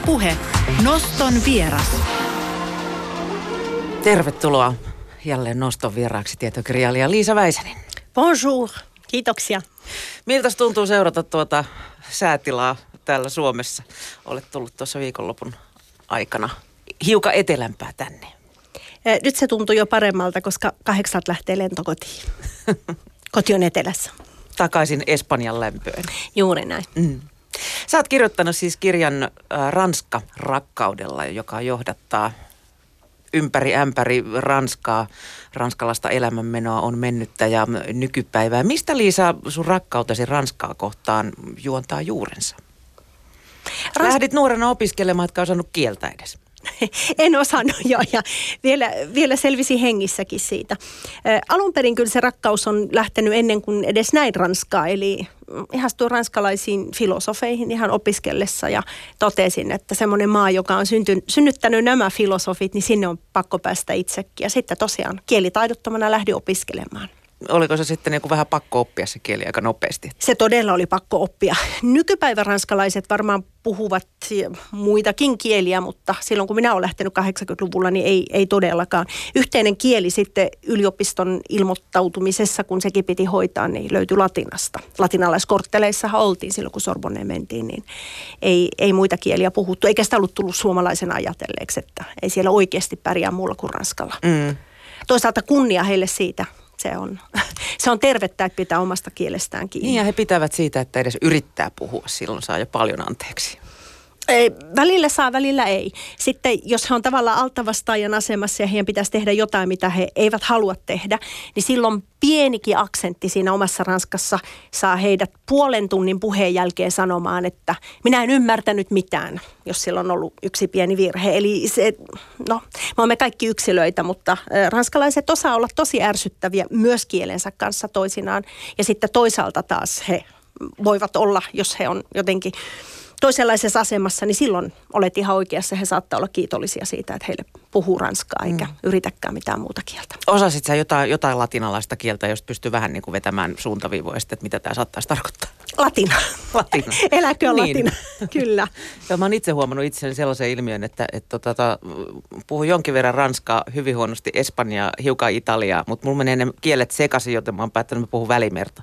Puhe. Noston vieras. Tervetuloa jälleen Noston vieraaksi tietokirjailija Liisa Väisänen. Bonjour. Kiitoksia. Miltä tuntuu seurata tuota säätilaa täällä Suomessa? Olet tullut tuossa viikonlopun aikana hiukan etelämpää tänne. Nyt se tuntuu jo paremmalta, koska 8 lähtee lentokotiin. Koti on etelässä. Takaisin Espanjan lämpöön. Juuri näin. Sä oot kirjoittanut siis kirjan Ranska rakkaudella, joka johdattaa ympäri ämpäri Ranskaa. Ranskalaista elämänmenoa on mennyttä ja nykypäivää. Mistä, Liisa, sun rakkautesi Ranskaa kohtaan juontaa juurensa? Lähdit nuorena opiskelemaan, etkä osannut kieltä edes. En osannut jo ja vielä selvisi hengissäkin siitä. Alun perin kyllä se rakkaus on lähtenyt ennen kuin edes näin Ranskaa, eli ihastuin ranskalaisiin filosofeihin ihan opiskellessa ja totesin, että semmoinen maa, joka on synnyttänyt nämä filosofit, niin sinne on pakko päästä itsekin. Ja sitten tosiaan kielitaidottomana lähdin opiskelemaan. Oliko se sitten niin kuin vähän pakko oppia se kieli aika nopeasti? Se todella oli pakko oppia. Nykypäivän ranskalaiset varmaan puhuvat muitakin kieliä, mutta silloin kun minä olen lähtenyt 80-luvulla, niin ei todellakaan. Yhteinen kieli sitten yliopiston ilmoittautumisessa, kun sekin piti hoitaa, niin löytyi latinasta. Latinalaiskortteleissahan oltiin silloin, kun Sorbonneen mentiin, niin ei muita kieliä puhuttu. Eikä sitä ollut tullut suomalaisen ajatelleeksi, että ei siellä oikeasti pärjää muulla kuin ranskalla. Toisaalta kunnia heille siitä. Se on tervettä, että pitää omasta kielestään kiinni. Niin ja he pitävät siitä, että edes yrittää puhua. Silloin saa jo paljon anteeksi. Välillä saa, välillä ei. Sitten jos he on tavallaan altavastaajan asemassa ja heidän pitäisi tehdä jotain, mitä he eivät halua tehdä, niin silloin pienikin aksentti siinä omassa Ranskassa saa heidät puolen tunnin puheen jälkeen sanomaan, että minä en ymmärtänyt mitään, jos sillä on ollut yksi pieni virhe. Eli me olemme kaikki yksilöitä, mutta ranskalaiset osaa olla tosi ärsyttäviä myös kielensä kanssa toisinaan. Ja sitten toisaalta taas he voivat olla, jos he on jotenkin toisenlaisessa asemassa, niin silloin olet ihan oikeassa. He saattaa olla kiitollisia siitä, että heille puhuu ranskaa eikä yritäkään mitään muuta kieltä. Osasit sä jotain latinalaista kieltä, jos pystyy vähän niin kuin vetämään suuntaviivoja sitten, että mitä tämä saattaisi tarkoittaa? Latina. Eläkö latina, kyllä. Ja mä oon itse huomannut itseni sellaisen ilmiön, että puhun jonkin verran ranskaa, hyvin huonosti espanjaa, hiukan italiaa, mutta mulla menee ne kielet sekaisin, joten mä oon päättänyt, että mä puhun välimerta.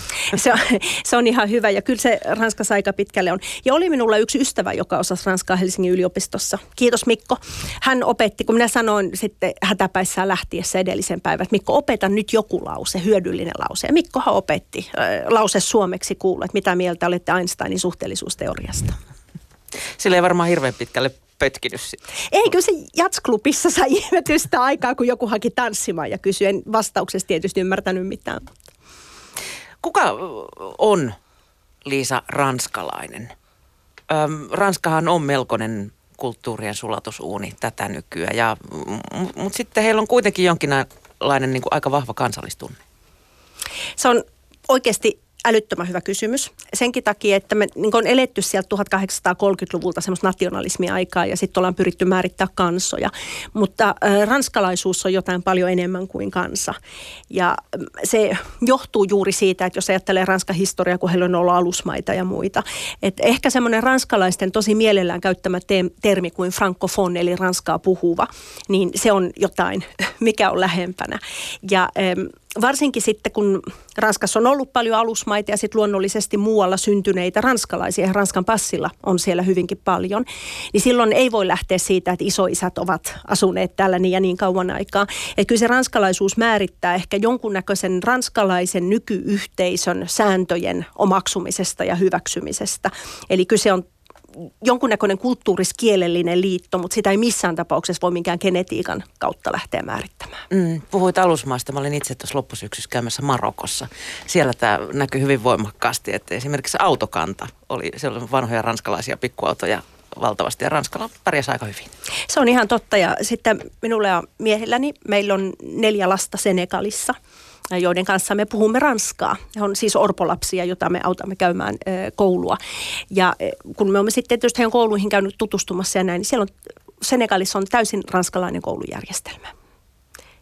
Se on ihan hyvä ja kyllä se Ranskassa aika pitkälle on. Ja oli minulla yksi ystävä, joka osasi ranskaa Helsingin yliopistossa. Kiitos Mikko. Hän opetti, kun minä sanoin sitten hätäpäissään lähtiessä edellisen päivän, että Mikko, opeta nyt joku lause, hyödyllinen lause. Ja Mikkohan opetti lause suomeksi kuuluu, että mitä mieltä olette Einsteinin suhteellisuusteoriasta. Sillä ei varmaan hirveän pitkälle pötkinyt sitten. Ei, kyllä se jatsklubissa sai ihmetystä aikaa, kun joku haki tanssimaan ja kysyi. En vastauksessa tietysti ymmärtänyt mitään. Kuka on, Liisa, ranskalainen? Ranskahan on melkoinen kulttuurien sulatusuuni tätä nykyään, mutta sitten heillä on kuitenkin jonkinlainen niin kuin aika vahva kansallistunne. Se on oikeasti älyttömän hyvä kysymys. Senkin takia, että me niin on eletty sieltä 1830-luvulta semmoista nationalismia-aikaa ja sitten ollaan pyritty määrittää kansoja. Mutta ranskalaisuus on jotain paljon enemmän kuin kansa. Ja se johtuu juuri siitä, että jos ajattelee Ranskan historiaa, kun heillä on ollut alusmaita ja muita. Että ehkä semmoinen ranskalaisten tosi mielellään käyttämä termi kuin francophone, eli ranskaa puhuva, niin se on jotain, mikä on lähempänä. Ja varsinkin sitten, kun Ranskassa on ollut paljon alusmaita ja sitten luonnollisesti muualla syntyneitä ranskalaisia, ja Ranskan passilla on siellä hyvinkin paljon, niin silloin ei voi lähteä siitä, että isoisät ovat asuneet täällä niin ja niin kauan aikaa. Että kyllä se ranskalaisuus määrittää ehkä jonkunnäköisen ranskalaisen nykyyhteisön sääntöjen omaksumisesta ja hyväksymisestä. Eli kyse on jonkunnäköinen kulttuuriskielellinen liitto, mutta sitä ei missään tapauksessa voi minkään genetiikan kautta lähteä määrittämään. Puhuit alusmaasta. Mä olin itse tuossa loppusyksyssä käymässä Marokossa. Siellä tämä näkyy hyvin voimakkaasti, että esimerkiksi autokanta siellä oli vanhoja ranskalaisia pikkuautoja valtavasti ja Ranskalla pärjäsi aika hyvin. Se on ihan totta ja sitten minulla ja miehilläni meillä on 4 lasta Senegalissa, joiden kanssa me puhumme ranskaa. He on siis orpolapsia, jota me autamme käymään koulua. Ja kun me olemme sitten tietysti heidän kouluihin käynyt tutustumassa ja näin, niin siellä on Senegalissa on täysin ranskalainen koulujärjestelmä.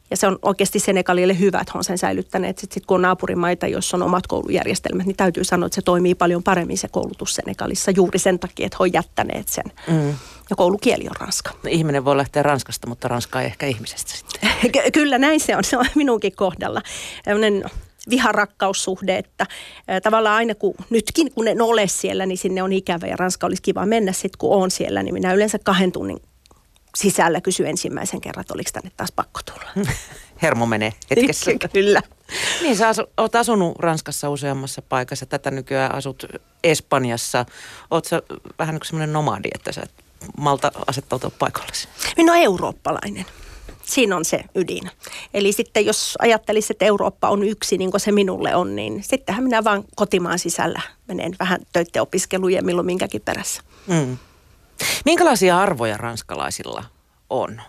Ja se on oikeasti Senegalille hyvä, että he on sen säilyttäneet. Sitten kun on naapurimaita, joissa on omat koulujärjestelmät, niin täytyy sanoa, että se toimii paljon paremmin se koulutus Senegalissa juuri sen takia, että he on jättäneet sen. Ja koulukieli on ranska. Ihminen voi lähteä Ranskasta, mutta Ranska ei ehkä ihmisestä sitten. Kyllä näin se on minunkin kohdalla. Viharakkaussuhde, että tavallaan aina nytkin kun en ole siellä, niin sinne on ikävä ja Ranska olisi kiva mennä. Sitten kun olen siellä, niin minä yleensä 2 tunnin sisällä kysyn ensimmäisen kerran, että oliko tänne taas pakko tulla. Hermo menee hetkessä. Kyllä. Niin, sä oot asunut Ranskassa useammassa paikassa. Tätä nykyään asut Espanjassa. Oot sä vähän niin kuin semmoinen nomadi, että sä et malta asettautua paikallesi? Minä olen eurooppalainen. Siinä on se ydin. Eli sitten jos ajattelisi, että Eurooppa on yksi, niin kuin se minulle on, niin sittenhän minä vaan kotimaan sisällä menen vähän töitten opiskeluja milloin minkäkin perässä. Minkälaisia arvoja ranskalaisilla on?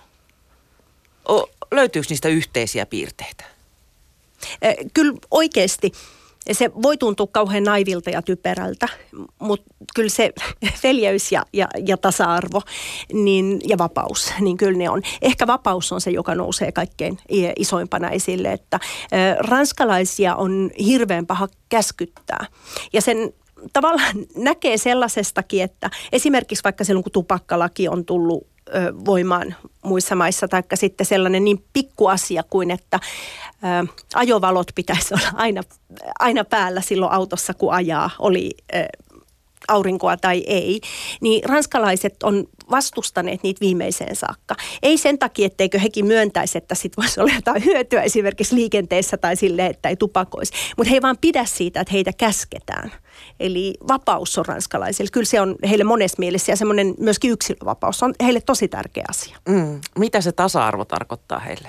Löytyykö niistä yhteisiä piirteitä? Kyllä oikeasti. Se voi tuntua kauhean naivilta ja typerältä, mutta kyllä se veljeys ja tasa-arvo ja vapaus, niin kyllä ne on. Ehkä vapaus on se, joka nousee kaikkein isoimpana esille, että ranskalaisia on hirveän paha käskyttää. Ja sen tavallaan näkee sellaisestakin, että esimerkiksi vaikka silloin, kun tupakkalaki on tullut voimaan muissa maissa, taikka sitten sellainen niin pikkuasia kuin, että ajovalot pitäisi olla aina päällä silloin autossa, kun ajaa, oli aurinkoa tai ei, niin ranskalaiset on vastustaneet niitä viimeiseen saakka. Ei sen takia, etteikö hekin myöntäisi, että sit voisi olla jotain hyötyä esimerkiksi liikenteessä tai silleen, että ei tupakoisi. Mutta he ei vaan pidä siitä, että heitä käsketään. Eli vapaus on ranskalaisille. Kyllä se on heille monessa mielessä ja semmoinen myöskin yksilövapaus on heille tosi tärkeä asia. Mitä se tasa-arvo tarkoittaa heille?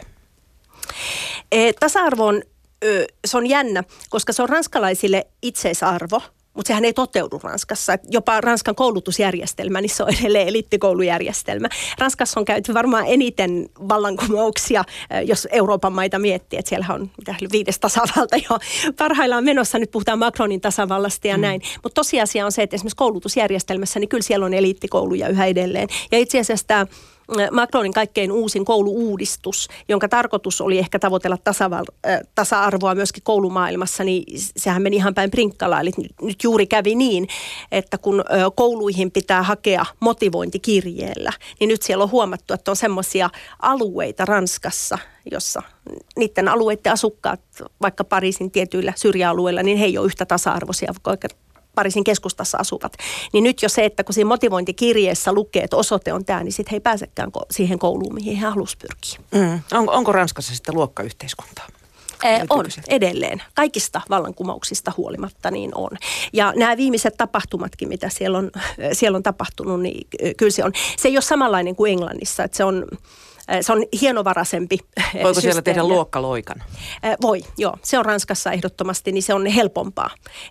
Tasa-arvo on, se on jännä, koska se on ranskalaisille itseisarvo. Mutta sehän ei toteudu Ranskassa. Jopa Ranskan koulutusjärjestelmä, niin se on edelleen eliittikoulujärjestelmä. Ranskassa on käyty varmaan eniten vallankumouksia, jos Euroopan maita miettii. Että siellä on 5. tasavalta jo parhaillaan menossa. Nyt puhutaan Macronin tasavallasta ja näin. Mutta tosiasia on se, että esimerkiksi koulutusjärjestelmässä, niin kyllä siellä on eliittikouluja yhä edelleen. Ja itse asiassa tämä Macronin kaikkein uusin kouluuudistus, jonka tarkoitus oli ehkä tavoitella tasa-arvoa myöskin koulumaailmassa, niin sehän meni ihan päin prinkkalaa. Eli nyt juuri kävi niin, että kun kouluihin pitää hakea motivointikirjeellä, niin nyt siellä on huomattu, että on semmoisia alueita Ranskassa, jossa niiden alueiden asukkaat, vaikka Pariisin tietyillä syrjäalueilla, niin he ei ole yhtä tasa-arvoisia, vaikka Pariisin keskustassa asuvat. Niin nyt jo se, että kun siinä motivointikirjeessä lukee, että osoite on tämä, niin sitten he ei pääsekään siihen kouluun, mihin he haluaisi pyrkiä. Onko Ranskassa sitten luokkayhteiskuntaa? On edelleen. Kaikista vallankumouksista huolimatta niin on. Ja nämä viimeiset tapahtumatkin, mitä siellä on tapahtunut, niin kyllä se on. Se ei ole samanlainen kuin Englannissa, että se on hienovaraisempi Voiko systeemi. Siellä tehdä luokkaloikan? Voi, joo. Se on Ranskassa ehdottomasti, niin se on helpompaa.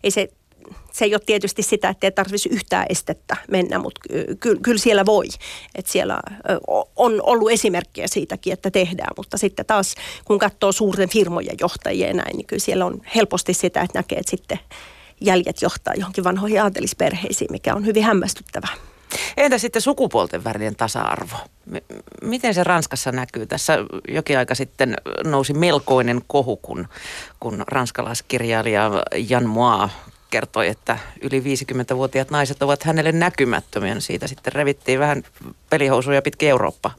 Se ei ole tietysti sitä, että ei tarvitsisi yhtään estettä mennä, mutta kyllä siellä voi. Että siellä on ollut esimerkkejä siitäkin, että tehdään, mutta sitten taas kun katsoo suurten firmojen johtajia ja näin, niin kyllä siellä on helposti sitä, että näkee, että sitten jäljet johtaa johonkin vanhoihin aatelisperheisiin, mikä on hyvin hämmästyttävää. Entä sitten sukupuolten välinen tasa-arvo? Miten se Ranskassa näkyy? Tässä jokin aika sitten nousi melkoinen kohu, kun ranskalaiskirjailija Jan Moix kertoi, että yli 50-vuotiaat naiset ovat hänelle näkymättömiä. Siitä sitten revittiin vähän pelihousuja pitkin Eurooppaa.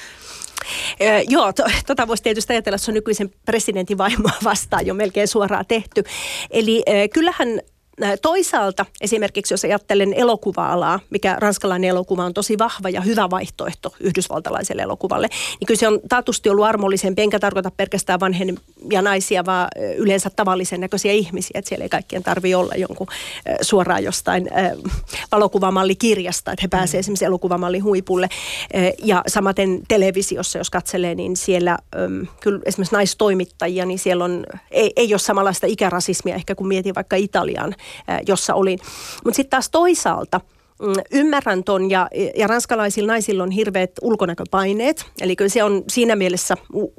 Joo, voisi tietysti ajatella, että se on nykyisen presidentin vaimoa vastaan jo melkein suoraan tehty. Eli kyllähän toisaalta esimerkiksi, jos ajattelen elokuva-alaa, mikä ranskalainen elokuva on tosi vahva ja hyvä vaihtoehto yhdysvaltalaiselle elokuvalle, niin kyllä se on taatusti ollut armollisempi, enkä tarkoita pelkästään vanhempia naisia, vaan yleensä tavallisen näköisiä ihmisiä, että siellä ei kaikkien tarvitse olla jonkun suoraan jostain valokuvamallikirjasta, että he pääsevät esimerkiksi elokuvamallin huipulle. Ja samaten televisiossa, jos katselee, niin siellä kyllä esimerkiksi naistoimittajia, niin siellä ei ole samanlaista ikärasismia ehkä kun mietin vaikka Italian, jossa olin. Mutta sitten taas toisaalta ymmärrän ton ja ranskalaisilla naisilla on hirveät ulkonäköpaineet. Eli kyllä se on siinä mielessä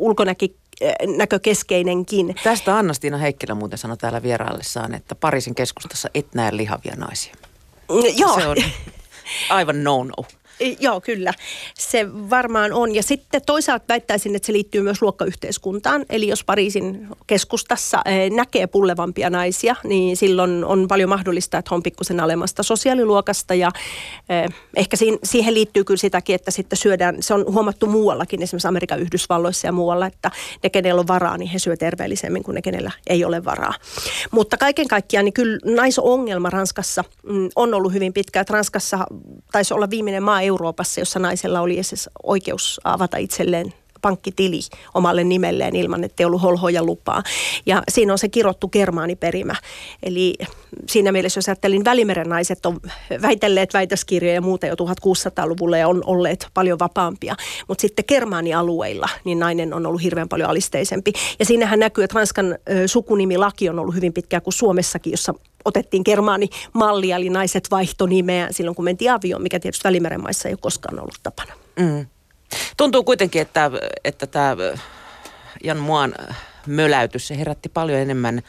ulkonäkökeskeinenkin. Tästä Anna-Stiina Heikkilä muuten sanoi täällä vieraillessaan, että Pariisin keskustassa et näe lihavia naisia. Joo. Se on aivan no-no. Joo, kyllä. Se varmaan on. Ja sitten toisaalta väittäisin, että se liittyy myös luokkayhteiskuntaan. Eli jos Pariisin keskustassa näkee pullevampia naisia, niin silloin on paljon mahdollista, että on pikkusen alemmasta sosiaaliluokasta. Ja ehkä siihen liittyy kyllä sitäkin, että sitten syödään, se on huomattu muuallakin, esimerkiksi Amerikan Yhdysvalloissa ja muualla, että ne, kenellä on varaa, niin he syö terveellisemmin kuin ne, kenellä ei ole varaa. Mutta kaiken kaikkiaan niin kyllä naisongelma Ranskassa on ollut hyvin pitkä. Että Ranskassa taisi olla viimeinen maa Euroopassa, jossa naisella oli siis oikeus avata itselleen pankkitili omalle nimelleen ilman, että ei ollut holhoja lupaa. Ja siinä on se kirottu germaaniperimä. Eli siinä mielessä, jos ajattelin, Välimeren naiset on väitelleet väitöskirjoja ja muuta jo 1600-luvulla ja on olleet paljon vapaampia. Mutta sitten germaanialueilla niin nainen on ollut hirveän paljon alisteisempi. Ja siinähän näkyy, että Ranskan sukunimilaki on ollut hyvin pitkään kuin Suomessakin, jossa otettiin germaanimallia, eli naiset vaihto nimeään silloin, kun mentiin avioon, mikä tietysti Välimeren maissa ei ole koskaan ollut tapana. Tuntuu kuitenkin, että tämä Jan Moin möläytys, se herätti paljon enemmän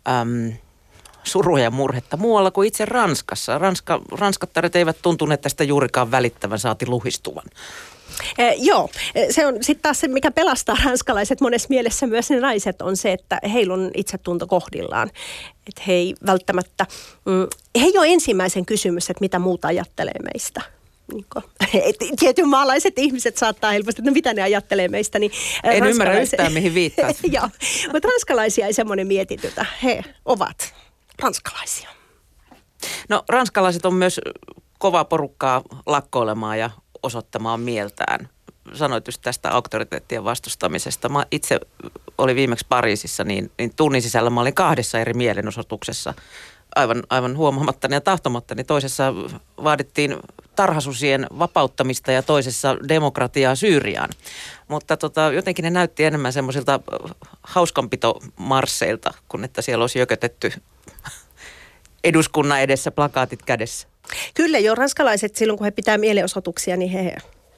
surua ja murhetta muualla kuin itse Ranskassa. Ranskattaret eivät tuntuneet tästä juurikaan välittävän, saati luhistuvan. Joo, se on sitten taas se, mikä pelastaa ranskalaiset monessa mielessä myös ne naiset, on se, että heillä on itsetunto kohdillaan. Että he ei välttämättä, he ei ole ensimmäisen kysymys, että mitä muuta ajattelee meistä. Tietyn maalaiset ihmiset saattaa helposti, että no mitä ne ajattelee meistä. Niin en ymmärrä yhtään, mihin viittaat. Joo, mutta ranskalaisia ei semmoinen mietitytä. He ovat ranskalaisia. No ranskalaiset on myös kovaa porukkaa lakkoilemaan ja osoittamaan mieltään. Sanoit just tästä auktoriteettien vastustamisesta. Mä itse olin viimeksi Pariisissa, niin tunnin sisällä mä olin 2 eri mielenosoituksessa. Aivan huomaamattani ja tahtomattani. Toisessa vaadittiin tarhasusien vapauttamista ja toisessa demokratiaa Syyriaan. Mutta jotenkin ne näytti enemmän semmoisilta hauskanpitomarsseilta, kun että siellä olisi jökötetty eduskunnan edessä plakaatit kädessä. Kyllä jo, ranskalaiset silloin kun he pitää mielenosoituksia, niin he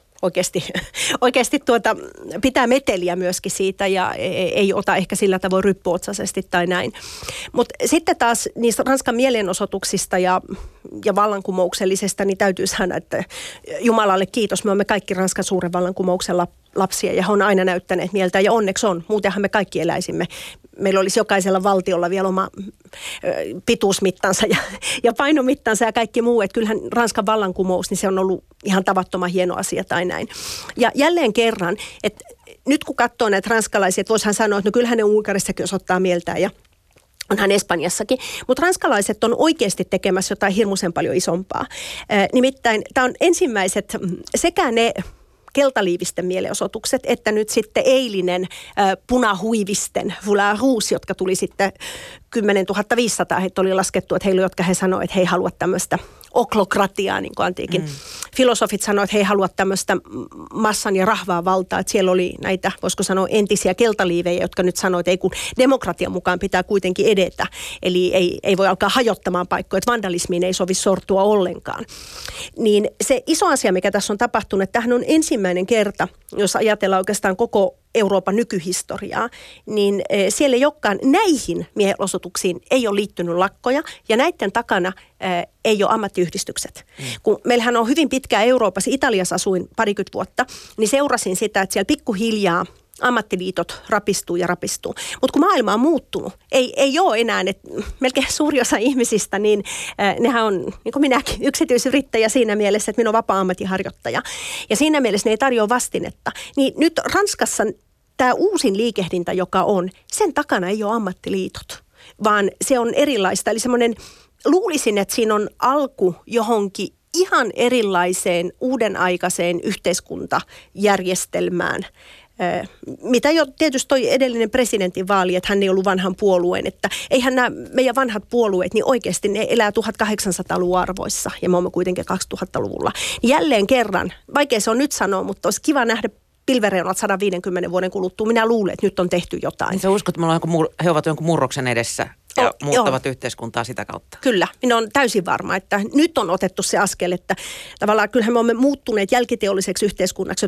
oikeasti pitää meteliä myöskin siitä ja ei ota ehkä sillä tavoin ryppyotsaisesti tai näin. Mutta sitten taas niistä Ranskan mielenosoituksista ja vallankumouksellisesta, niin täytyy sanoa, että Jumalalle kiitos, me olemme kaikki Ranskan suuren vallankumouksen lapsia ja he on aina näyttäneet mieltä ja onneksi on. Muutenhan me kaikki eläisimme. Meillä olisi jokaisella valtiolla vielä oma pituusmittansa ja painomittansa ja kaikki muu. Että kyllähän Ranskan vallankumous, niin se on ollut ihan tavattoman hieno asia tai näin. Ja jälleen kerran, että nyt kun katsoo näitä ranskalaisia, että voisihan sanoa, että no kyllähän ne Unkarissakin osoittaa mieltään ja onhan Espanjassakin, mutta ranskalaiset on oikeasti tekemässä jotain hirmuisen paljon isompaa. Nimittäin tämä on ensimmäiset sekä ne keltaliivisten mielenosoitukset, että nyt sitten eilinen punahuivisten foulard rouge, jotka tuli sitten 10 500, heitä oli laskettu, että heillä, jotka he sanoivat, että he ei halua tämmöistä oklokratiaa, niin kuin antiikin filosofit sanoivat, että he ei halua tämmöistä massan ja rahvaa valtaa, että siellä oli näitä, voisiko sanoa, entisiä keltaliivejä, jotka nyt sanoivat, että ei kun demokratian mukaan pitää kuitenkin edetä, eli ei voi alkaa hajottamaan paikkoja, että vandalismiin ei sovi sortua ollenkaan. Niin se iso asia, mikä tässä on tapahtunut, että tämähän on ensimmäinen kerta, jos ajatellaan oikeastaan koko Euroopan nykyhistoriaa, niin siellä jokkaan näihin mielenosoituksiin ei ole liittynyt lakkoja ja näiden takana ei ole ammattiyhdistykset. Kun meillähän on hyvin pitkään Euroopassa, Italiassa asuin 20 vuotta, niin seurasin sitä, että siellä pikkuhiljaa ammattiliitot rapistuu ja rapistuu. Mutta kun maailma on muuttunut, ei ole enää, että melkein suuri osa ihmisistä, niin nehän on, niin kuin minäkin, yksityisyrittäjä siinä mielessä, että minä olen vapaa ammatinharjoittaja. Ja siinä mielessä ne ei tarjoa vastinetta. Niin nyt Ranskassa tämä uusin liikehdintä, joka on, sen takana ei ole ammattiliitot, vaan se on erilaista. Eli semmoinen, luulisin, että siinä on alku johonkin ihan erilaiseen uudenaikaiseen yhteiskuntajärjestelmään, mitä jo tietysti toi edellinen presidentinvaali, että hän ei ollut vanhan puolueen, että eihän nämä meidän vanhat puolueet, niin oikeasti ne elää 1800-luvun arvoissa ja me olemme kuitenkin 2000-luvulla. Jälleen kerran, vaikea se on nyt sanoa, mutta olisi kiva nähdä pilvereunat 150 vuoden kuluttua. Minä luulen, että nyt on tehty jotain. Sä uskot, että he ovat jonkun murroksen edessä ja muuttavat yhteiskuntaa sitä kautta? Kyllä, minä olen täysin varma, että nyt on otettu se askel, että tavallaan kyllähän me olemme muuttuneet jälkiteolliseksi yhteiskunnaksi jo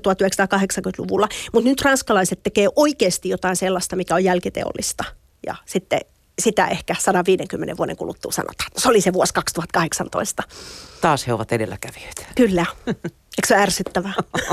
1980-luvulla, mutta nyt ranskalaiset tekee oikeasti jotain sellaista, mikä on jälkiteollista. Ja sitten sitä ehkä 150 vuoden kuluttua sanotaan. Se oli se vuosi 2018. Taas he ovat edelläkävijöitä. Kyllä. Eikö se ole ärsyttävää?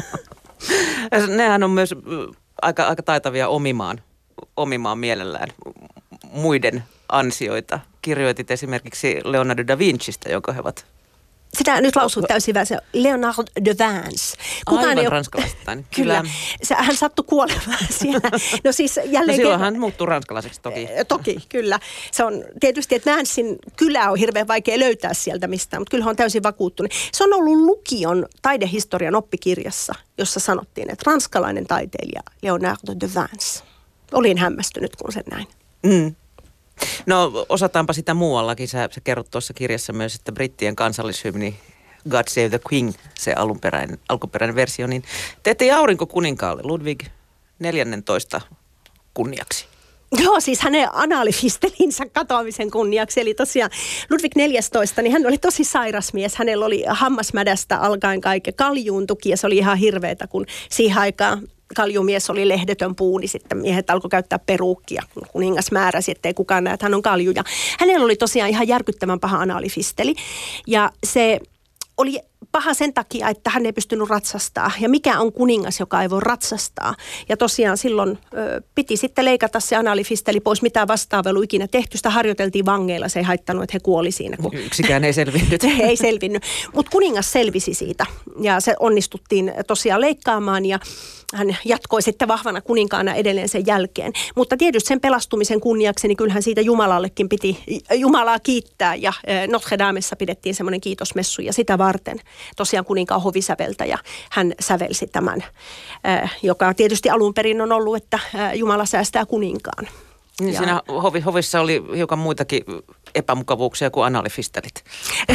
Nehän on myös aika taitavia omimaan mielellään muiden ansioita. Kirjoitit esimerkiksi Leonardo da Vincistä, jonka he ovat... Sitä nyt lausuu täysin vähän, se Leonardo de Vinci. Aivan ranskalaisittain. Kyllä. Hän sattui kuolemaan siellä. No siis jälleen silloin hän muuttuu ranskalaiseksi toki. Toki, kyllä. Se on tietysti, että Vincin kylä on hirveän vaikea löytää sieltä mistään, mutta kyllä on täysin vakuuttunut. Se on ollut lukion taidehistorian oppikirjassa, jossa sanottiin, että ranskalainen taiteilija Leonardo de Vinci. Olin hämmästynyt, kun sen näin. Mm. No osataanpa sitä muuallakin. Sä kerrot tuossa kirjassa myös, että brittien kansallishymni God Save the King, se alkuperäinen versio, niin teette aurinkokuninkaalle Ludwig 14 kunniaksi. Joo, siis hänen anaalifistelinsä katoamisen kunniaksi. Eli tosiaan Ludwig 14, niin hän oli tosi sairas mies. Hänellä oli hammasmädästä alkaen kaiken kaljuuntuki ja se oli ihan hirveetä, kun siihen aikaan kaljumies oli lehdetön puu, niin sitten miehet alkoi käyttää peruukkia, kun kuningas määräsi, ettei kukaan näe, että hän on kalju. Ja hänellä oli tosiaan ihan järkyttävän paha anaalifisteli ja se oli paha sen takia, että hän ei pystynyt ratsastaa. Ja mikä on kuningas, joka ei voi ratsastaa? Ja tosiaan silloin piti sitten leikata se analifisteli pois, mitä vastaavelu ikinä tehty. Sitä harjoiteltiin vangeilla, se ei haittanut, että he kuoli siinä. Yksikään ei selvinnyt. Ei selvinnyt, mutta kuningas selvisi siitä ja se onnistuttiin tosiaan leikkaamaan ja hän jatkoi sitten vahvana kuninkaana edelleen sen jälkeen. Mutta tietysti sen pelastumisen kunniaksi, niin kyllähän siitä Jumalallekin piti Jumalaa kiittää ja Notre Damessa pidettiin semmoinen kiitosmessu ja sitä varten tosiaan kuninkaan hovisäveltäjä, hän sävelsi tämän, joka tietysti alun perin on ollut, että Jumala säästää kuninkaan. Niin siinä hovissa oli hiukan muitakin epämukavuuksia kuin analifistelit.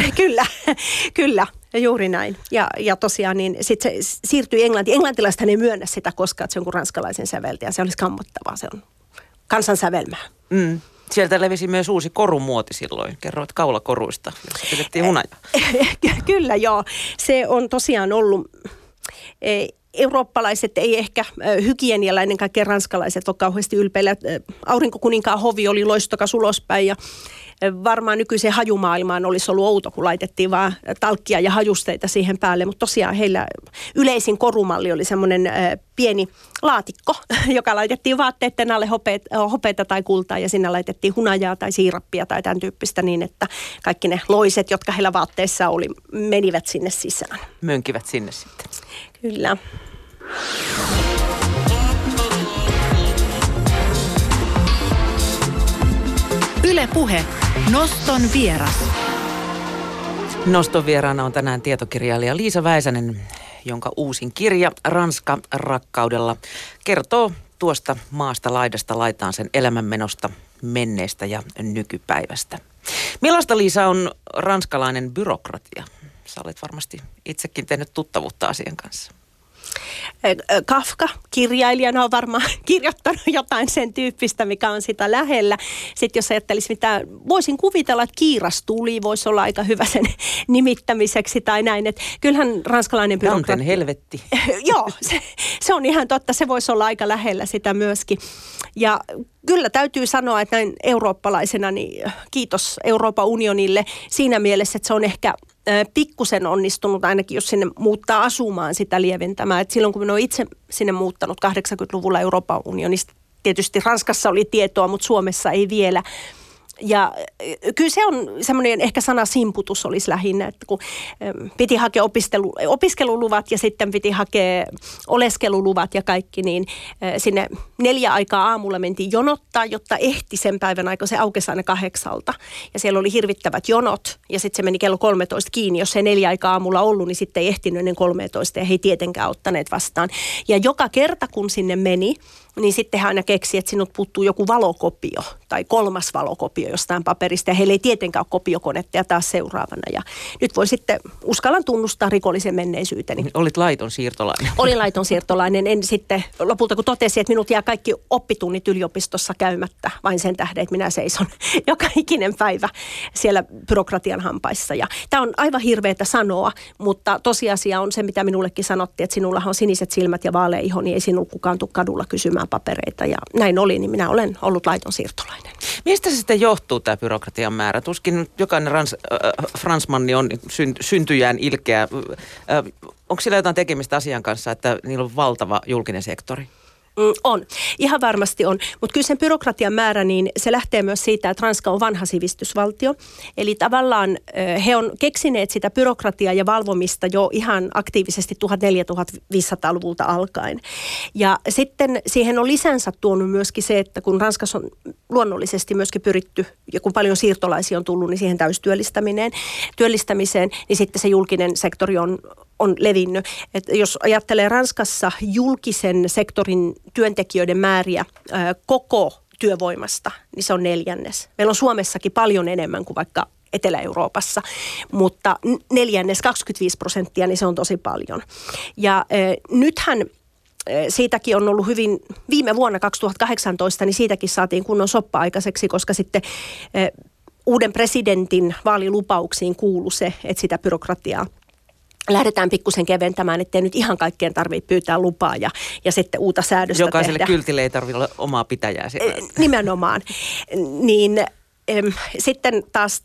Kyllä, juuri näin. Ja tosiaan niin sitten se siirtyi Englantiin. Englantilaiset ei myönnä sitä koskaan, että se on kuin ranskalaisen säveltäjä. Se olisi kammottavaa, se on kansansävelmää. Mm. Sieltä levisi myös uusi korumuoti silloin. Kerroit kaulakoruista, jossa pidettiin hunajaa. Kyllä, joo. Se on tosiaan ollut... Eurooppalaiset ei ehkä hygienialla, ennen kaikkea ranskalaiset, ole kauheasti ylpeillä. Aurinkokuninkaan hovi oli loistokas ulospäin ja varmaan nykyiseen hajumaailmaan olisi ollut outo, kun laitettiin vaan talkkia ja hajusteita siihen päälle. Mutta tosiaan heillä yleisin korumalli oli semmoinen pieni laatikko, joka laitettiin vaatteiden alle hopeita tai kultaa ja sinne laitettiin hunajaa tai siirappia tai tämän tyyppistä niin, että kaikki ne loiset, jotka heillä vaatteissa oli, menivät sinne sisään. Mönkivät sinne sitten. Kyllä. Yle Puhe. Noston vieras. Noston vieraana on tänään tietokirjailija Liisa Väisänen, jonka uusin kirja Ranska rakkaudella kertoo tuosta maasta laidasta laitaan sen elämänmenosta, menneestä ja nykypäivästä. Millaista, Liisa, on ranskalainen byrokratia? Sä olet varmasti itsekin tehnyt tuttavuutta asian kanssa. Kafka kirjailijana on varmaan kirjoittanut jotain sen tyyppistä, mikä on sitä lähellä. Sitten jos ajattelisi mitään, voisin kuvitella, että kiirastuli voisi olla aika hyvä sen nimittämiseksi tai näin. Että kyllähän ranskalainen byrokratia... Danten helvetti. Joo, se on ihan totta. Se voisi olla aika lähellä sitä myöskin. Ja kyllä täytyy sanoa, että näin eurooppalaisena, niin kiitos Euroopan unionille siinä mielessä, että se on ehkä pikkusen onnistunut ainakin, jos sinne muuttaa asumaan sitä lieventämään. Et silloin kun minä olen itse sinne muuttanut 80-luvulla Euroopan unionista, tietysti Ranskassa oli tietoa, mutta Suomessa ei vielä. Ja kyllä se on semmoinen, ehkä sana simputus olisi lähinnä, että kun piti hakea opiskeluluvat ja sitten piti hakea oleskeluluvat ja kaikki, niin sinne 4 aikaa aamulla mentiin jonottaa, jotta ehti sen päivän aikaa, se aukesi aina 8. Ja siellä oli hirvittävät jonot ja sitten se meni kello 13 kiinni. Jos se 4 aikaa aamulla ollut, niin sitten ei ehtinyt ennen 13 ja he ei tietenkään ottaneet vastaan. Ja joka kerta kun sinne meni, niin sitten hän aina keksi, että sinut puuttuu joku valokopio tai 3. valokopio jostain paperista ja heillä ei tietenkään ole kopiokonetta ja taas seuraavana. Ja nyt voi sitten uskallan tunnustaa rikollisen menneisyyteni. Olit laiton siirtolainen. Olin laiton siirtolainen. En sitten lopulta kun totesin, että minut jää kaikki oppitunnit yliopistossa käymättä vain sen tähden, että minä seison joka ikinen päivä siellä byrokratian hampaissa. Ja tämä on aivan hirveätä sanoa, mutta tosiasia on se, mitä minullekin sanottiin, että sinullahan on siniset silmät ja vaalea iho, niin ei sinulla kukaan tule kadulla kysymään papereita ja näin oli, niin minä olen ollut laiton siirtolainen. Mistä se sitten johtuu tämä byrokratian määrä? Tuskin jokainen fransmanni on syntyjään ilkeä. Onko sillä jotain tekemistä asian kanssa, että niillä on valtava julkinen sektori? On. Ihan varmasti on. Mutta kyllä sen byrokratian määrä, niin se lähtee myös siitä, että Ranska on vanha sivistysvaltio. Eli tavallaan he on keksineet sitä byrokratiaa ja valvomista jo ihan aktiivisesti 1400-1500-luvulta alkaen. Ja sitten siihen on lisänsä tuonut myöskin se, että kun Ranskassa on luonnollisesti myöskin pyritty, ja kun paljon siirtolaisia on tullut, niin siihen täystyöllistämiseen, niin sitten se julkinen sektori on levinnyt. Et jos ajattelee Ranskassa julkisen sektorin työntekijöiden määriä koko työvoimasta, niin se on 1/4. Meillä on Suomessakin paljon enemmän kuin vaikka Etelä-Euroopassa, mutta 1/4, 25%, niin se on tosi paljon. Ja nythän siitäkin on ollut hyvin, viime vuonna 2018, niin siitäkin saatiin kunnon soppa aikaiseksi, koska sitten uuden presidentin vaalilupauksiin kuului se, että sitä byrokratiaa lähdetään pikkusen keventämään, ettei nyt ihan kaikkeen tarvitse pyytää lupaa ja sitten uutta säädöstä jokaiselle tehdä. kyltille ei tarvitse olla omaa pitäjää siellä. Nimenomaan. Niin sitten taas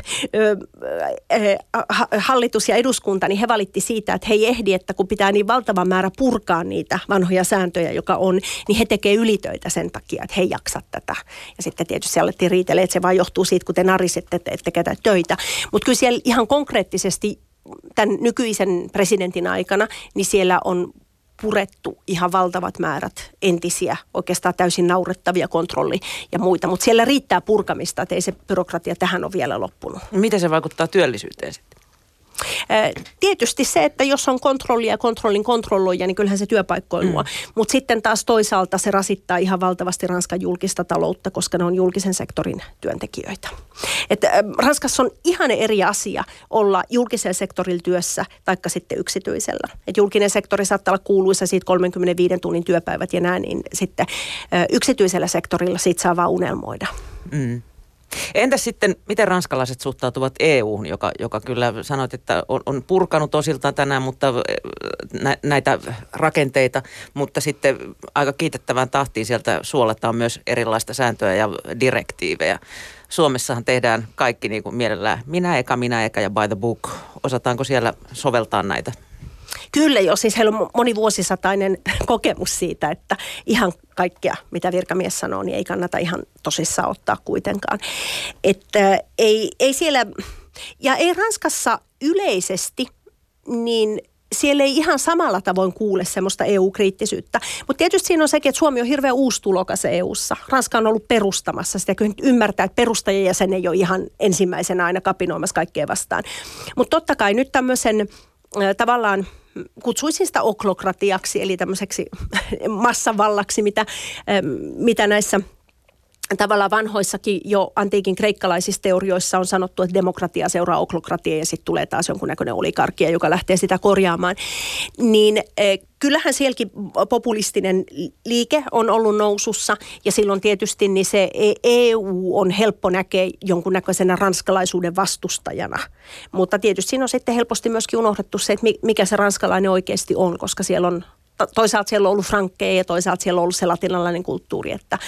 hallitus ja eduskunta, niin he valitti siitä, että he ei ehdi, että kun pitää niin valtava määrä purkaa niitä vanhoja sääntöjä, joka on, niin he tekee ylitöitä sen takia, että he ei jaksa tätä. Ja sitten tietysti alettiin riitellä, että se vaan johtuu siitä, kun te narisitte, että ette ketä töitä. Mutta kyllä siellä ihan konkreettisesti tämän nykyisen presidentin aikana, niin siellä on purettu ihan valtavat määrät entisiä, oikeastaan täysin naurettavia kontrolli- ja muita. Mutta siellä riittää purkamista, että ei se byrokratia tähän ole vielä loppunut. Miten se vaikuttaa työllisyyteen sitten? Tietysti se, että jos on kontrollia ja kontrollin kontrolloija, niin kyllähän se työpaikkoja luo. Mutta sitten taas toisaalta se rasittaa ihan valtavasti Ranskan julkista taloutta, koska ne on julkisen sektorin työntekijöitä. Ranskassa on ihan eri asia olla julkisella sektorilla työssä taikka sitten yksityisellä. Et julkinen sektori saattaa olla kuuluisa siitä 35 tunnin työpäivät ja näin, niin sitten yksityisellä sektorilla siitä saa vaan unelmoida. Entäs sitten, miten ranskalaiset suhtautuvat EU:hun, joka kyllä sanoit, että on purkanut osiltaan tänään mutta näitä rakenteita, mutta sitten aika kiitettävään tahtiin sieltä suolataan myös erilaista sääntöä ja direktiivejä. Suomessahan tehdään kaikki niin kuin mielellään minä eka ja by the book. Osataanko siellä soveltaa näitä? Kyllä jo, siis heillä on monivuosisatainen kokemus siitä, että ihan kaikkea, mitä virkamies sanoo, niin ei kannata ihan tosissaan ottaa kuitenkaan. Että ei siellä, ja ei Ranskassa yleisesti, niin siellä ei ihan samalla tavoin kuule semmoista EU-kriittisyyttä. Mutta tietysti siinä on sekin, että Suomi on hirveän uusi tulokas EU:ssa. Ranska on ollut perustamassa sitä. Kyllä ymmärtää, että perustajajäsen ei ole ihan ensimmäisenä aina kapinoimassa kaikkea vastaan. Mutta totta kai nyt tämmöisen tavallaan kutsuisin sitä oklokratiaksi, eli tämmöiseksi massavallaksi, mitä näissä tavallaan vanhoissakin jo antiikin kreikkalaisissa teorioissa on sanottu, että demokratia seuraa oklokratia ja sitten tulee taas jonkunnäköinen oligarkia, joka lähtee sitä korjaamaan. Niin kyllähän sielläkin populistinen liike on ollut nousussa ja silloin tietysti niin se EU on helppo näkeä jonkunnäköisenä ranskalaisuuden vastustajana. Mutta tietysti siinä on sitten helposti myöskin unohdettu se, että mikä se ranskalainen oikeasti on, koska siellä on toisaalta siellä on ollut frankkeja ja toisaalta siellä on ollut se latinalainen kulttuuri, että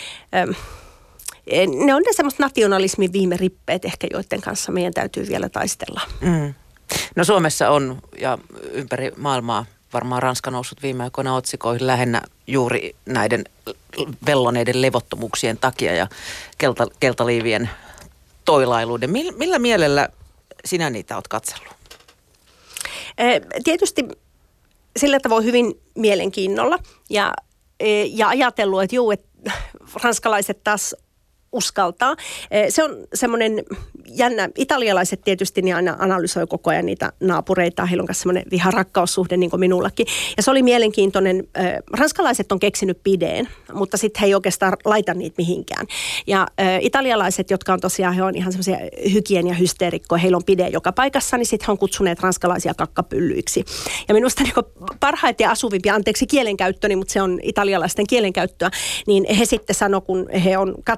ne on ne semmoiset nationalismin viime rippeet ehkä, joiden kanssa meidän täytyy vielä taistella. No Suomessa on ja ympäri maailmaa varmaan Ranska noussut viime aikoina otsikoihin lähinnä juuri näiden velloneiden levottomuuksien takia ja keltaliivien toilailuiden. Millä mielellä sinä niitä olet katsellut? Tietysti sillä tavoin hyvin mielenkiinnolla ja ajatellut, että juu, että ranskalaiset taas uskaltaa. Se on semmoinen jännä. Italialaiset tietysti niin aina analysoi koko ajan niitä naapureita. Heillä on myös semmoinen viha-rakkaussuhde niin kuin minullakin. Ja se oli mielenkiintoinen. Ranskalaiset on keksinyt pideen, mutta sitten he ei oikeastaan laita niitä mihinkään. Ja italialaiset, jotka on tosiaan, he on ihan semmoisia hygieniahysteerikkoja, heillä on pide joka paikassa, niin sitten he on kutsuneet ranskalaisia kakkapyllyiksi. Ja minusta niin parhaita ja asuvimpia, anteeksi kielenkäyttöni, mutta se on italialaisten kielenkäyttöä, niin he sitten sanoi, kun he on katsoneet, että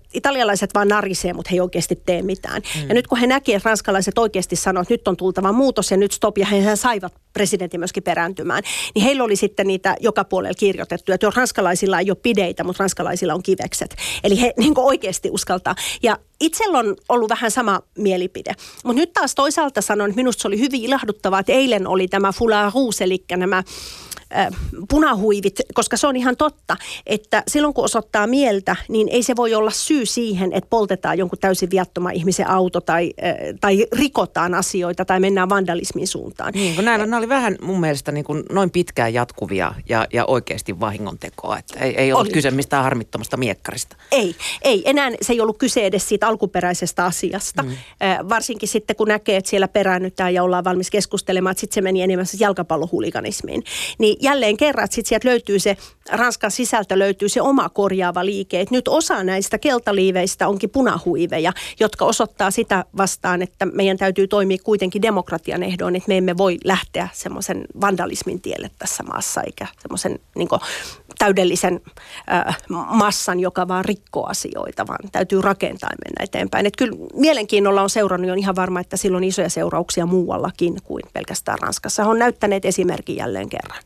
italialaiset vaan narisee, mutta he ei oikeasti tee mitään. Ja nyt kun he näkivät, että ranskalaiset oikeasti sanoivat, että nyt on tultava muutos ja nyt stop, ja he saivat presidentin myöskin perääntymään, niin heillä oli sitten niitä joka puolella kirjoitettu, että jos ranskalaisilla ei ole pideitä, mutta ranskalaisilla on kivekset. Eli he niin kuin oikeasti uskaltaa. Ja itsellä on ollut vähän sama mielipide. Mutta nyt taas toisaalta sanon, että minusta se oli hyvin ilahduttavaa, että eilen oli tämä foulard rouge, eli nämä punahuivit, koska se on ihan totta, että silloin kun osoittaa mieltä, niin ei se voi olla syy siihen, että poltetaan jonkun täysin viattoman ihmisen auto tai rikotaan asioita tai mennään vandalismin suuntaan. Niin, kun nämä oli vähän mun mielestä niin kuin noin pitkään jatkuvia ja oikeasti vahingontekoa, että ei ollut kyse mistään harmittomasta miekkarista. Ei. Enää se ei ollut kyse edes siitä alkuperäisestä asiasta. Varsinkin sitten, kun näkee, että siellä peräännytään ja ollaan valmis keskustelemaan, että sitten se meni enemmän jalkapallohuliganismiin. Niin jälleen kerran, että sitten sieltä löytyy se, Ranskan sisältä löytyy se oma korjaava liike. Et nyt osa näistä keltaliiveistä onkin punahuiveja, jotka osoittaa sitä vastaan, että meidän täytyy toimia kuitenkin demokratian ehdoin, että me emme voi lähteä semmoisen vandalismin tielle tässä maassa, eikä semmoisen niin kuin täydellisen massan, joka vaan rikkoo asioita, vaan täytyy rakentaa ja mennä eteenpäin. Et kyllä mielenkiinnolla on seurannut, on ihan varma, että sillä on isoja seurauksia muuallakin kuin pelkästään Ranskassa. He on näyttäneet esimerkin jälleen kerran.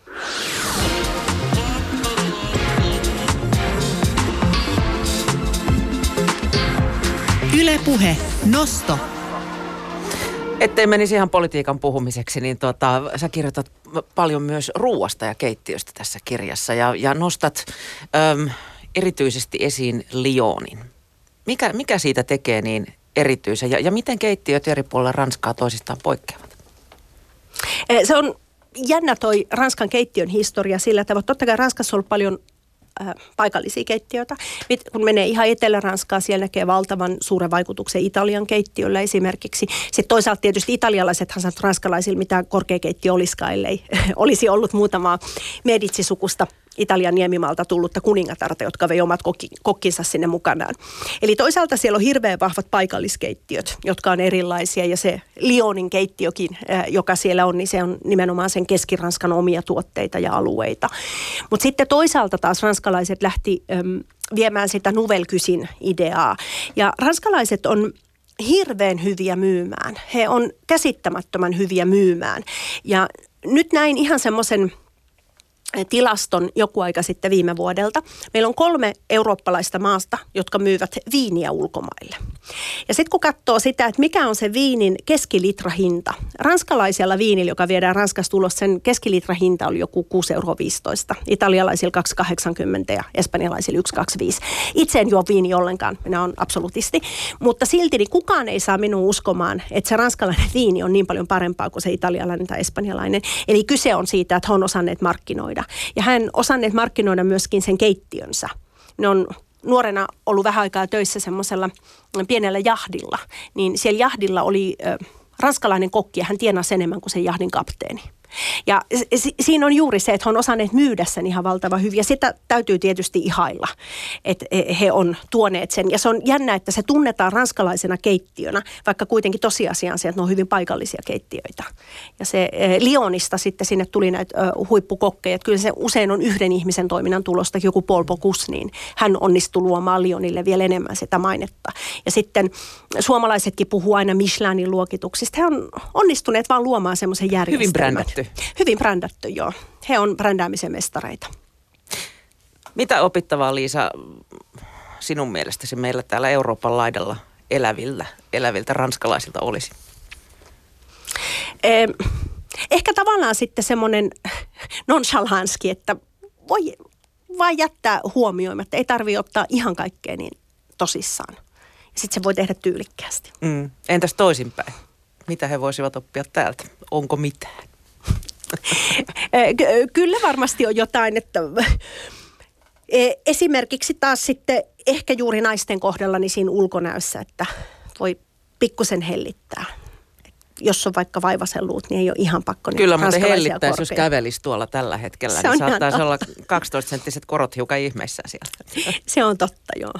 Yle Puhe. Nosto. Ettei menisi ihan politiikan puhumiseksi, niin sä kirjoitat paljon myös ruuasta ja keittiöstä tässä kirjassa ja nostat erityisesti esiin Lyonin. Mikä siitä tekee niin erityisen ja miten keittiöt eri puolilla Ranskaa toisistaan poikkeavat? Se on jännä toi Ranskan keittiön historia sillä tavalla. Totta kai Ranskassa on ollut paljon paikallisia keittiöitä. Kun menee ihan Etelä-Ranskaa, siellä näkee valtavan suuren vaikutuksen Italian keittiöllä esimerkiksi. Sitten toisaalta tietysti italialaisethan sanoo ranskalaisilla, mitä korkeakeittiö olisikaan, ellei olisi ollut muutamaa Medici-sukusta Italian niemimaalta tullutta kuningatarta, jotka vei omat kokkinsa sinne mukanaan. Eli toisaalta siellä on hirveän vahvat paikalliskeittiöt, jotka on erilaisia, ja se Lyonin keittiökin, joka siellä on, niin se on nimenomaan sen Keski-Ranskan omia tuotteita ja alueita. Mutta sitten toisaalta taas ranskalaiset lähti viemään sitä nouvelle cuisine ideaa, ja ranskalaiset on hirveän hyviä myymään. He on käsittämättömän hyviä myymään, ja nyt näin ihan semmoisen tilaston joku aika sitten viime vuodelta. Meillä on 3 eurooppalaista maasta, jotka myyvät viiniä ulkomaille. Ja sitten kun katsoo sitä, että mikä on se viinin keskilitrahinta. Ranskalaisella viinillä, joka viedään Ranskasta ulos, sen keskilitrahinta oli joku 6,15 €. Italialaisilla 2,80 ja espanjalaisilla 1,25. Itse en juo viini ollenkaan, minä olen absolutisti. Mutta silti niin kukaan ei saa minua uskomaan, että se ranskalainen viini on niin paljon parempaa kuin se italialainen tai espanjalainen. Eli kyse on siitä, että he on osanneet markkinoida. Ja hän osanneet markkinoida myöskin sen keittiönsä. Ne on nuorena ollut vähän aikaa töissä semmoisella pienellä jahdilla. Niin siellä jahdilla oli ranskalainen kokki ja hän tienasi enemmän kuin sen jahdin kapteeni. Ja siinä on juuri se, että he on osanneet myydä sen ihan valtavan hyvin. Ja sitä täytyy tietysti ihailla, että he on tuoneet sen. Ja se on jännä, että se tunnetaan ranskalaisena keittiönä, vaikka kuitenkin tosiasiaan se, että ne on hyvin paikallisia keittiöitä. Ja se Lyonista sitten sinne tuli näitä huippukokkeja. Että kyllä se usein on yhden ihmisen toiminnan tulosta, joku Paul Bocuse, niin hän onnistui luomaan Lyonille vielä enemmän sitä mainetta. Ja sitten suomalaisetkin puhuu aina Michelinin luokituksista. He on onnistuneet vaan luomaan semmoisen järjestelmän. Hyvin brändätty. Hyvin brändätty, joo. He on brändäämisen mestareita. Mitä opittavaa, Liisa, sinun mielestäsi meillä täällä Euroopan laidalla eläviltä ranskalaisilta olisi? Ehkä tavallaan sitten semmoinen nonchalanski, että voi vaan jättää huomioimatta. Ei tarvitse ottaa ihan kaikkea niin tosissaan. Ja sitten se voi tehdä tyylikkäästi. Entäs toisinpäin? Mitä he voisivat oppia täältä? Onko mitään? Kyllä varmasti on jotain, että esimerkiksi taas sitten ehkä juuri naisten kohdalla niin siinä ulkonäössä, että voi pikkusen hellittää. Jos on vaikka vaivasen luut, niin ei ole ihan pakko. Kyllä, mutta hellittäisi, jos kävelisi tuolla tällä hetkellä, niin saattaisi olla 12-senttiset korot hiukan ihmeissään siellä. Se on totta, joo.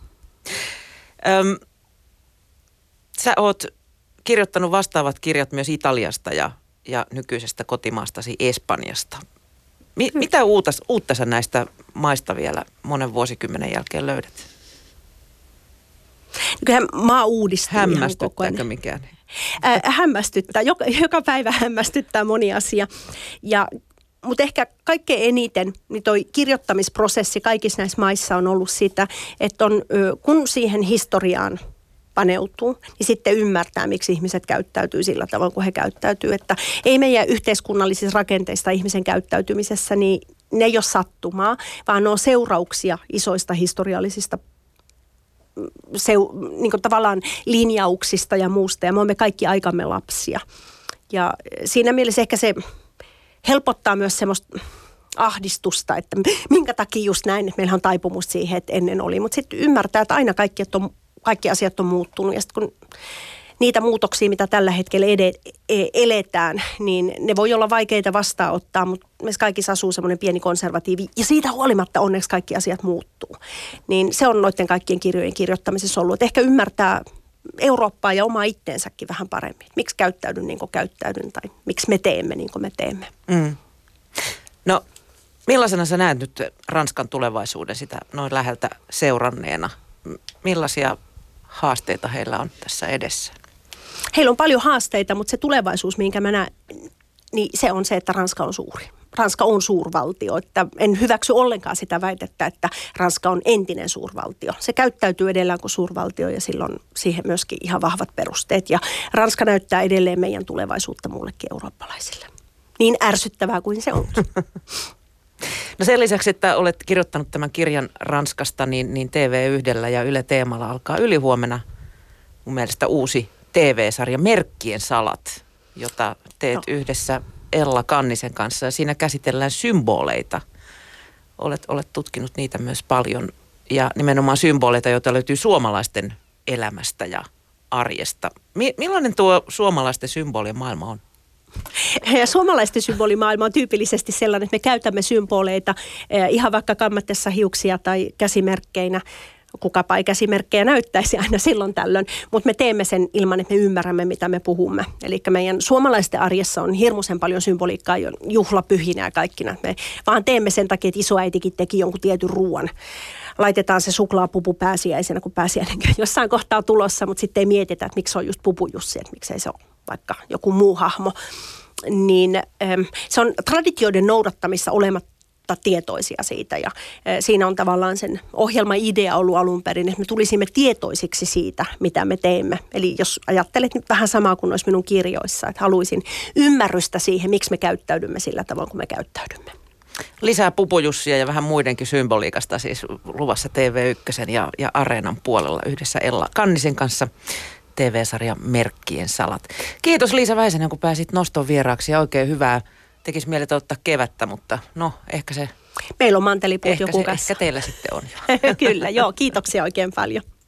Sä oot kirjoittanut vastaavat kirjat myös Italiasta ja nykyisestä kotimaastasi Espanjasta. Mitä uutta sä näistä maista vielä monen vuosikymmenen jälkeen löydät? Kyllähän maa uudistuu ihan koko ajan. Hämmästyttääkö mikään? Hämmästyttää. Joka päivä hämmästyttää moni asia. Mutta ehkä kaikkein eniten niin toi kirjoittamisprosessi kaikissa näissä maissa on ollut sitä, että kun siihen historiaan paneutuu, niin sitten ymmärtää, miksi ihmiset käyttäytyy sillä tavalla, kun he käyttäytyy. Että ei meidän yhteiskunnallisissa rakenteissa ihmisen käyttäytymisessä, niin ne ei ole sattumaa, vaan ne on seurauksia isoista historiallisista niin kuin tavallaan linjauksista ja muusta. Ja me olemme kaikki aikamme lapsia. Ja siinä mielessä ehkä se helpottaa myös semmoista ahdistusta, että minkä takia just näin, että meillä on taipumus siihen, että ennen oli. Mutta sitten ymmärtää, että aina kaikki asiat on muuttunut. Ja sitten kun niitä muutoksia, mitä tällä hetkellä eletään, niin ne voi olla vaikeita vastaanottaa, mutta meissä kaikissa asuu semmoinen pieni konservatiivi. Ja siitä huolimatta onneksi kaikki asiat muuttuu. Niin se on noiden kaikkien kirjojen kirjoittamisessa ollut. Että ehkä ymmärtää Eurooppaa ja omaa itteensäkin vähän paremmin. Miksi käyttäydyn niin kuin käyttäydyn tai miksi me teemme niin kuin me teemme. Mm. No, millaisena sä näet nyt Ranskan tulevaisuuden sitä noin läheltä seuranneena? Millaisia haasteita heillä on tässä edessä? Heillä on paljon haasteita, mutta se tulevaisuus, minkä mä näen, niin se on se, että Ranska on suuri. Ranska on suurvaltio. Että en hyväksy ollenkaan sitä väitettä, että Ranska on entinen suurvaltio. Se käyttäytyy edelleen kuin suurvaltio ja silloin siihen myöskin ihan vahvat perusteet. Ja Ranska näyttää edelleen meidän tulevaisuutta muullekin eurooppalaisille. Niin ärsyttävää kuin se onkin. No sen lisäksi, että olet kirjoittanut tämän kirjan Ranskasta, niin TV1 ja Yle Teemalla alkaa ylihuomenna mun mielestä uusi TV-sarja Merkkien salat, jota teet yhdessä Ella Kannisen kanssa. Ja siinä käsitellään symboleita. Olet tutkinut niitä myös paljon ja nimenomaan symboleita, joita löytyy suomalaisten elämästä ja arjesta. Millainen tuo suomalaisten symbolien maailma on? Ja suomalaisten symbolimaailma on tyypillisesti sellainen, että me käytämme symboleita ihan vaikka kammattessa hiuksia tai käsimerkkeinä. Kukapa ei käsimerkkejä näyttäisi aina silloin tällöin, mutta me teemme sen ilman, että me ymmärrämme, mitä me puhumme. Eli meidän suomalaisten arjessa on hirmuisen paljon symboliikkaa, juhlapyhinä ja kaikkina. Me vaan teemme sen takia, että isoäitikin teki jonkun tietyn ruoan. Laitetaan se suklaapupu pääsiäisenä, kun pääsiäinen jossain kohtaa tulossa, mutta sitten ei mietitä, että miksi se on just Pupu Jussi, että miksei se ole vaikka joku muu hahmo. Niin se on traditioiden noudattamissa olematta tietoisia siitä ja siinä on tavallaan sen ohjelma-idea ollut alun perin, että me tulisimme tietoisiksi siitä, mitä me teemme. Eli jos ajattelet nyt vähän samaa kuin olisi minun kirjoissa, että haluaisin ymmärrystä siihen, miksi me käyttäydymme sillä tavalla, kun me käyttäydymme. Lisää Pupujussia ja vähän muidenkin symboliikasta siis luvassa TV1 ja Areenan puolella yhdessä Ella Kannisen kanssa. TV-sarja Merkkien salat. Kiitos Liisa Väisänen, kun pääsit Noston vieraaksi ja oikein hyvää. Tekisi mieli ottaa kevättä, mutta no ehkä se... Meillä on mantelipuut joku kanssa. Ehkä teillä sitten on. Kyllä, joo. Kiitoksia oikein paljon.